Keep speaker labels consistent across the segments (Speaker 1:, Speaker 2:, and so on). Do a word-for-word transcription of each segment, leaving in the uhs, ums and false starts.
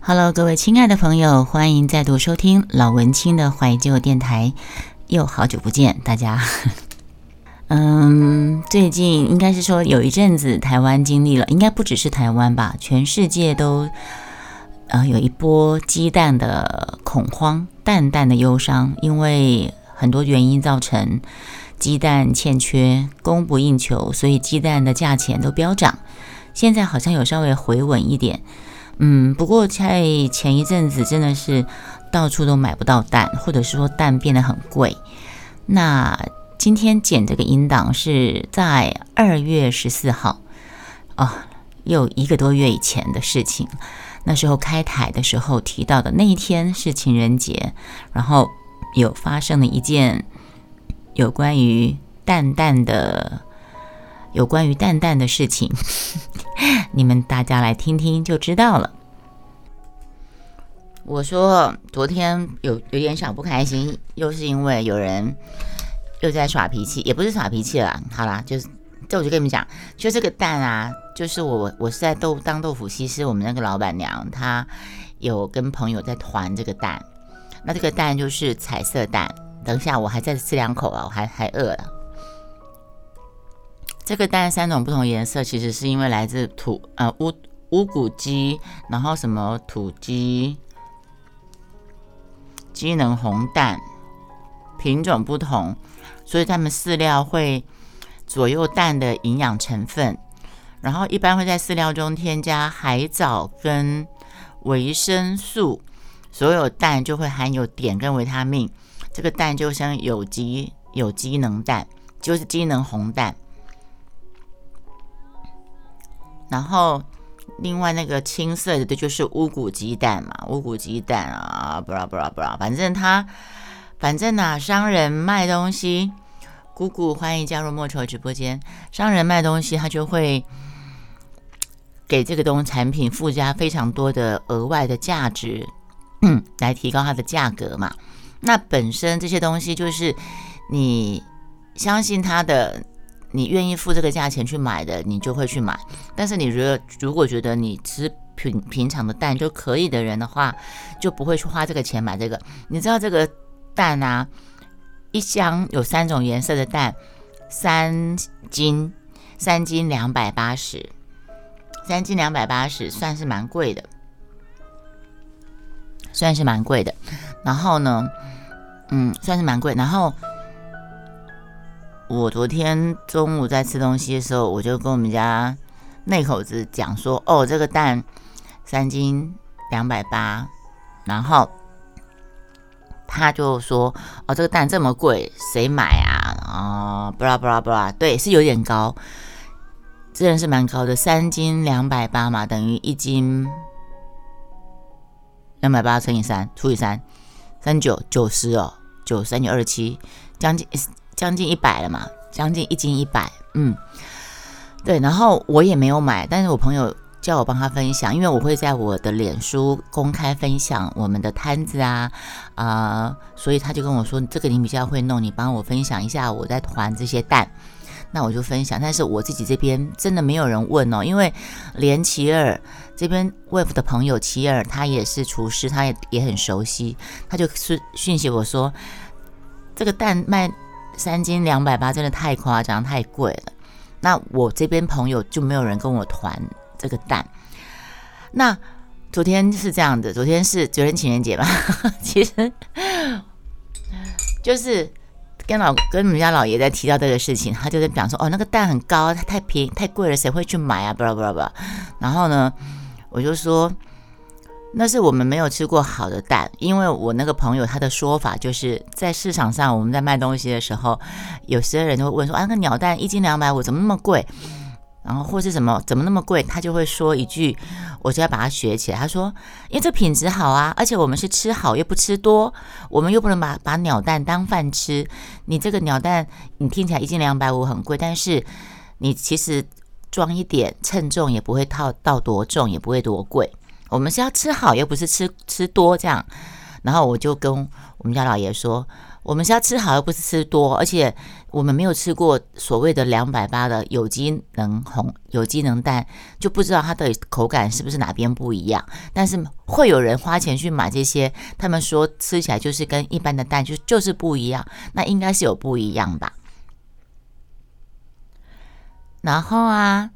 Speaker 1: Hello， 各位亲爱的朋友，欢迎再度收听老文青的怀旧电台，又好久不见，大家。嗯，最近应该是说有一阵子台湾经历了，应该不只是台湾吧，全世界都呃有一波鸡蛋的恐慌，蛋蛋的忧伤，因为很多原因造成鸡蛋欠缺，供不应求，所以鸡蛋的价钱都飙涨。现在好像有稍微回稳一点。嗯，不过在前一阵子真的是到处都买不到蛋，或者是说蛋变得很贵。那今天剪这个音档是在二月十四号，哦，又一个多月以前的事情。那时候开台的时候提到的那一天是情人节，然后有发生了一件有关于蛋蛋的有关于蛋蛋的事情。你们大家来听听就知道了。我说昨天有有点小不开心，又是因为有人又在耍脾气，也不是耍脾气啦，好啦，就是这我就跟你们讲，就这个蛋啊，就是我我是在豆当豆腐西施，我们那个老板娘她有跟朋友在团这个蛋，那这个蛋就是彩色蛋，等一下我还在吃两口啊，我还还饿了。这个蛋三种不同颜色，其实是因为来自土呃乌乌骨鸡，然后什么土鸡、机能红蛋，品种不同，所以它们饲料会左右蛋的营养成分。然后一般会在饲料中添加海藻跟维生素，所有蛋就会含有碘跟维他命。这个蛋就像有机有机能蛋，就是机能红蛋。然后另外那个青色的就是乌骨鸡蛋嘛，乌骨鸡蛋啊，不啦不啦不啦，反正他反正啊，商人卖东西，姑姑欢迎加入莫愁直播间。商人卖东西，他就会给这个东西产品附加非常多的额外的价值，嗯，来提高它的价格嘛。那本身这些东西就是你相信它的。你愿意付这个价钱去买的，你就会去买。但是你如果如果觉得你吃平平常的蛋就可以的人的话，就不会去花这个钱买这个。你知道这个蛋啊，一箱有三种颜色的蛋，三斤，三斤两百八十，三斤两百八十，算是蛮贵的，算是蛮贵的。然后呢，嗯，算是蛮贵。然后。我昨天中午在吃东西的时候，我就跟我们家那口子讲说，哦，这个蛋三斤两百八，然后他就说，哦，这个蛋这么贵，谁买啊？哦，不啦不啦不啦，对，是有点高，真的是蛮高的，三斤两百八嘛，等于一斤两百八乘以三除以三，三九九十哦，九三九二十七，将近。将近一百了嘛，将近一斤一百，嗯，对，然后我也没有买，但是我朋友叫我帮他分享，因为我会在我的脸书公开分享我们的摊子啊，啊、呃，所以他就跟我说，这个你比较会弄，你帮我分享一下我在团这些蛋，那我就分享，但是我自己这边真的没有人问哦，因为连齐尔这边 Wave 的朋友齐尔他也是厨师，他也也很熟悉，他就讯息我说，这个蛋卖。三斤两百八真的太夸张太贵了，那我这边朋友就没有人跟我团这个蛋。那昨天是这样的，昨天是昨天情人节吧，其实就是跟老跟我们家老爷在提到这个事情，他就在讲说，哦，那个蛋很高，太便宜太贵了，谁会去买啊？不啦不啦不啦。然后呢，我就说。那是我们没有吃过好的蛋，因为我那个朋友他的说法就是在市场上我们在卖东西的时候，有些人就会问说啊，那个鸟蛋一斤两百五怎么那么贵？然后或是什么怎么那么贵？他就会说一句，我就要把它学起来。他说，因为这品质好啊，而且我们是吃好又不吃多，我们又不能把把鸟蛋当饭吃。你这个鸟蛋你听起来一斤两百五很贵，但是你其实装一点称重也不会套到多重，也不会多贵。我们是要吃好，又不是吃吃多这样。然后我就跟我们家老爷说， 我们是要吃好而不是吃多，而且我们没有吃过所谓的两百八的有机能红有机能蛋，就不知道它的口感是不是哪边不一样。但是会有人花钱去买这些，他们说吃起来就是跟一般的蛋就就是不一样，那应该是有不一样吧。然后啊，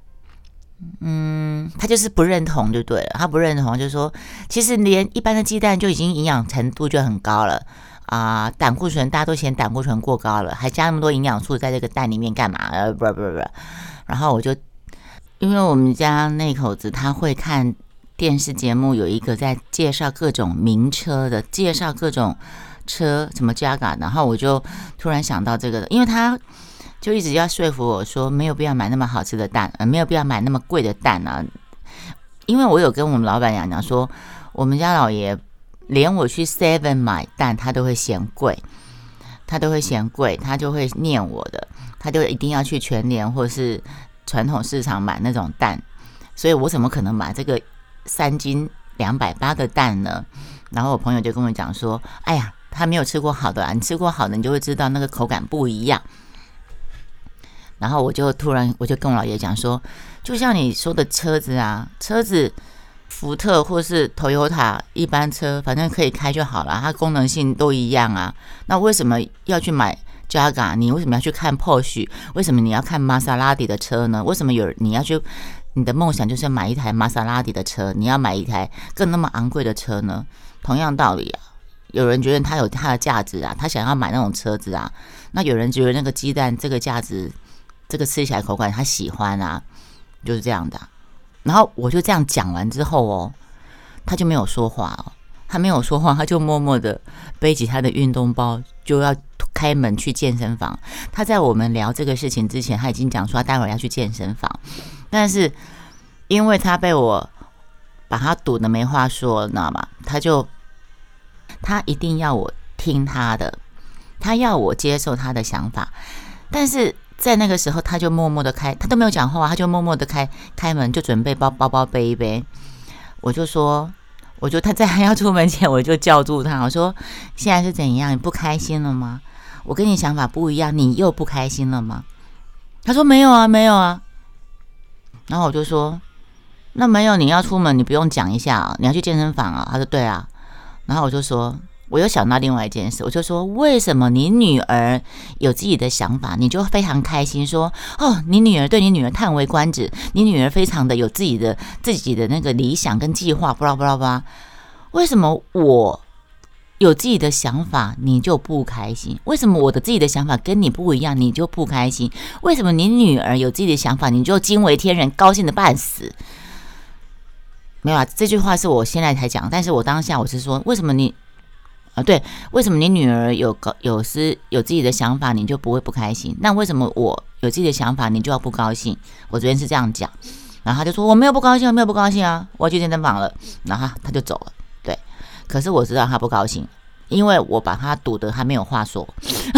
Speaker 1: 嗯，他就是不认同就对了，他不认同就是说，其实连一般的鸡蛋就已经营养程度就很高了。啊、呃，胆固醇大家都嫌胆固醇过高了，还加那么多营养素在这个蛋里面干嘛？呃，不不不，然后我就因为我们家那口子他会看电视节目，有一个在介绍各种名车的，介绍各种车什么 Jaga， 然后我就突然想到这个，因为他就一直要说服我说没有必要买那么好吃的蛋，呃，没有必要买那么贵的蛋啊，因为我有跟我们老板娘讲说，我们家老爷。连我去 Seven 买蛋，他都会嫌贵，他都会嫌贵，他就会念我的，他就一定要去全联或是传统市场买那种蛋，所以我怎么可能买这个三斤两百八的蛋呢？然后我朋友就跟我讲说，哎呀，他没有吃过好的啊，你吃过好的，你就会知道那个口感不一样。然后我就突然我就跟我老爷讲说，就像你说的车子啊，车子。福特或是 Toyota 一般车，反正可以开就好了，它功能性都一样啊。那为什么要去买 Jaga？ 你为什么要去看 Porsche？ 为什么你要看玛莎拉蒂的车呢？为什么有你要去？你的梦想就是要买一台玛莎拉蒂的车，你要买一台更那么昂贵的车呢？同样道理啊，有人觉得它有它的价值啊，他想要买那种车子啊。那有人觉得那个鸡蛋这个价值，这个吃起来口感他喜欢啊，就是这样的、啊。然后我就这样讲完之后哦，他就没有说话哦，他没有说话，他就默默的背起他的运动包，就要开门去健身房。他在我们聊这个事情之前，他已经讲说他待会儿要去健身房，但是因为他被我把他堵得没话说，知道吗？他就他一定要我听他的，他要我接受他的想法，但是。在那个时候，他就默默的开，他都没有讲话，他就默默的开开门，就准备包包包背一背。我就说，我就他在要出门前，我就叫住他，我说：“现在是怎样？你不开心了吗？我跟你想法不一样，你又不开心了吗？”他说：“没有啊，没有啊。”然后我就说：“那没有，你要出门，你不用讲一下啊，你要去健身房啊。”他说：“对啊。”然后我就说。我又想到另外一件事，我就说，为什么你女儿有自己的想法，你就非常开心说，哦，你女儿对你女儿叹为观止，你女儿非常的有自己的自己的那个理想跟计划，不啦不啦不啦。为什么我有自己的想法，你就不开心？为什么我的自己的想法跟你不一样，你就不开心？为什么你女儿有自己的想法，你就惊为天人，高兴的半死？没有啊，这句话是我现在才讲，但是我当下我是说，为什么你？啊，对，为什么你女儿有有时有自己的想法，你就不会不开心？那为什么我有自己的想法，你就要不高兴？我昨天是这样讲，然后他就说我没有不高兴，没有不高兴啊，我要去健身房了，然后他就走了。对，可是我知道他不高兴，因为我把他堵得他没有话说。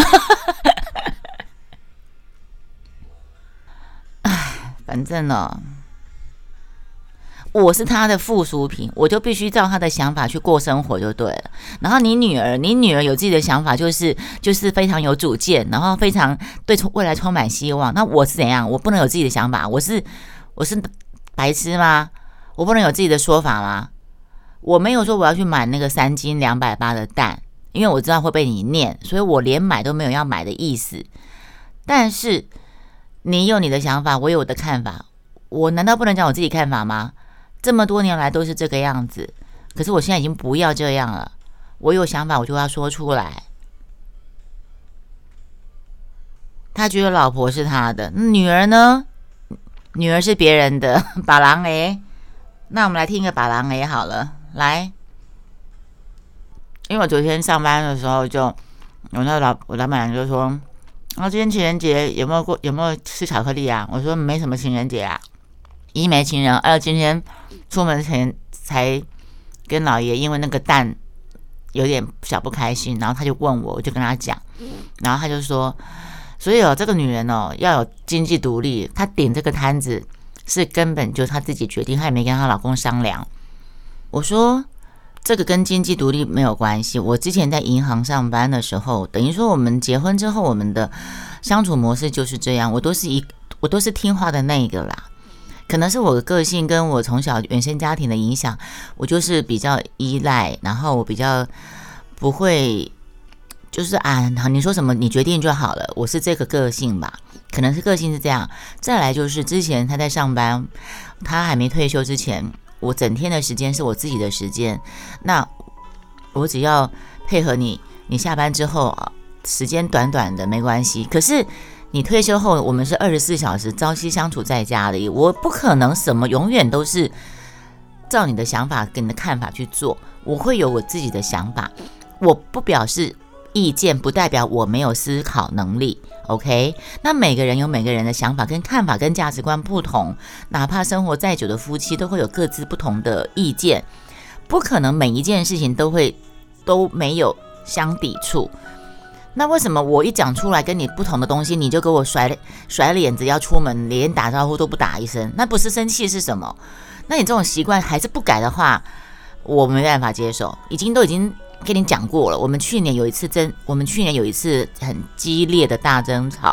Speaker 1: 唉，反正呢。我是他的附属品，我就必须照他的想法去过生活就对了。然后你女儿，你女儿有自己的想法，就是就是非常有主见，然后非常对未来充满希望。那我是怎样？我不能有自己的想法？我是我是白痴吗？我不能有自己的说法吗？我没有说我要去买那个三斤两百八的蛋，因为我知道会被你念，所以我连买都没有要买的意思。但是你有你的想法，我有我的看法，我难道不能讲我自己看法吗？这么多年来都是这个样子，可是我现在已经不要这样了。我有想法，我就要说出来。他觉得老婆是他的，女儿呢？女儿是别人的。把郎诶，那我们来听一个把郎诶好了，来。因为我昨天上班的时候就，我那老我老板娘就说，啊，今天情人节有没有过有没有吃巧克力啊？我说没什么情人节啊。一没情人，二今天出门前才跟老爷因为那个蛋有点小不开心，然后他就问我，我就跟他讲，然后他就说，所以哦，这个女人哦要有经济独立，她顶这个摊子是根本就她自己决定，她也没跟她老公商量。我说这个跟经济独立没有关系。我之前在银行上班的时候，等于说我们结婚之后，我们的相处模式就是这样，我都是一我都是听话的那个啦。可能是我的个性跟我从小原生家庭的影响，我就是比较依赖，然后我比较不会，就是啊，你说什么你决定就好了，我是这个个性吧，可能是个性是这样。再来就是之前他在上班，他还没退休之前，我整天的时间是我自己的时间，那我只要配合你，你下班之后时间短短的没关系。可是你退休后，我们是二十四小时朝夕相处在家里，我不可能什么永远都是照你的想法跟你的看法去做，我会有我自己的想法，我不表示意见，不代表我没有思考能力。 OK， 那每个人有每个人的想法跟看法跟价值观不同，哪怕生活再久的夫妻都会有各自不同的意见，不可能每一件事情都会都没有相抵触。那为什么我一讲出来跟你不同的东西，你就给我甩甩脸子要出门，连打招呼都不打一声？那不是生气是什么？那你这种习惯还是不改的话，我没办法接受。已经都已经跟你讲过了，我们去年有一次争，我们去年有一次很激烈的大争吵。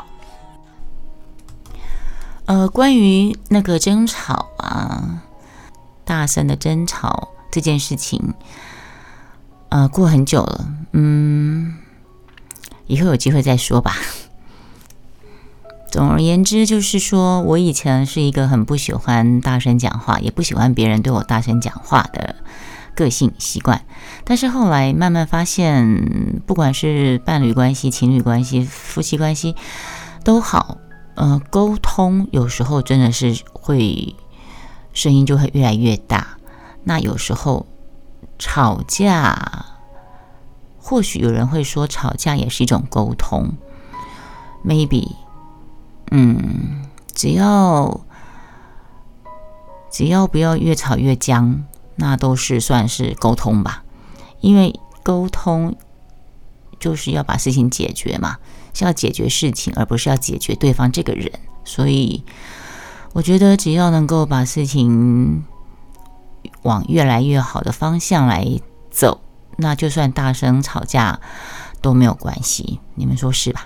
Speaker 1: 呃，关于那个争吵啊，大声的争吵这件事情，呃，过很久了，嗯。以后有机会再说吧。总而言之，就是说我以前是一个很不喜欢大声讲话，也不喜欢别人对我大声讲话的个性习惯。但是后来慢慢发现，不管是伴侣关系、情侣关系、夫妻关系都好，呃，沟通有时候真的是会声音就会越来越大。那有时候吵架，或许有人会说吵架也是一种沟通 maybe 嗯，只要只要不要越吵越僵，那都是算是沟通吧。因为沟通就是要把事情解决嘛，是要解决事情，而不是要解决对方这个人。所以我觉得只要能够把事情往越来越好的方向来走，那就算大声吵架都没有关系，你们说是吧？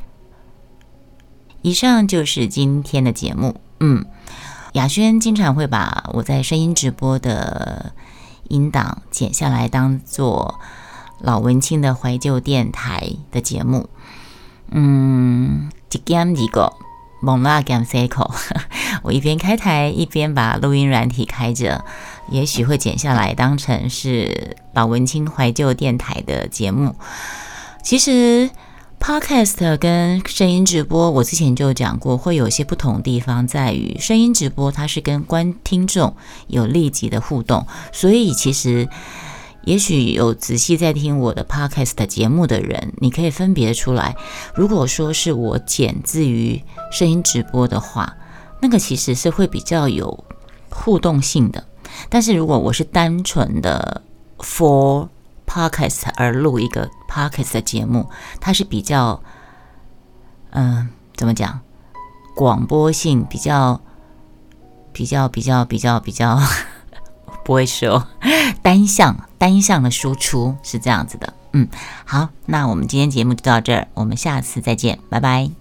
Speaker 1: 以上就是今天的节目。嗯，雅轩经常会把我在声音直播的音档剪下来，当做老文青的怀旧电台的节目。嗯，一减二个，猛拉减三口。我一边开台一边把录音软体开着，也许会剪下来当成是老文青怀旧电台的节目。其实 Podcast 跟声音直播，我之前就讲过，会有一些不同的地方，在于声音直播它是跟观听众有立即的互动，所以其实也许有仔细在听我的 Podcast 的节目的人，你可以分别出来，如果说是我剪自于声音直播的话，那个其实是会比较有互动性的。但是如果我是单纯的 for podcast 而录一个 podcast 的节目，它是比较嗯、呃，怎么讲，广播性比较比较比较比较比较不会说单向单向的输出，是这样子的。嗯，好，那我们今天节目就到这儿，我们下次再见，拜拜。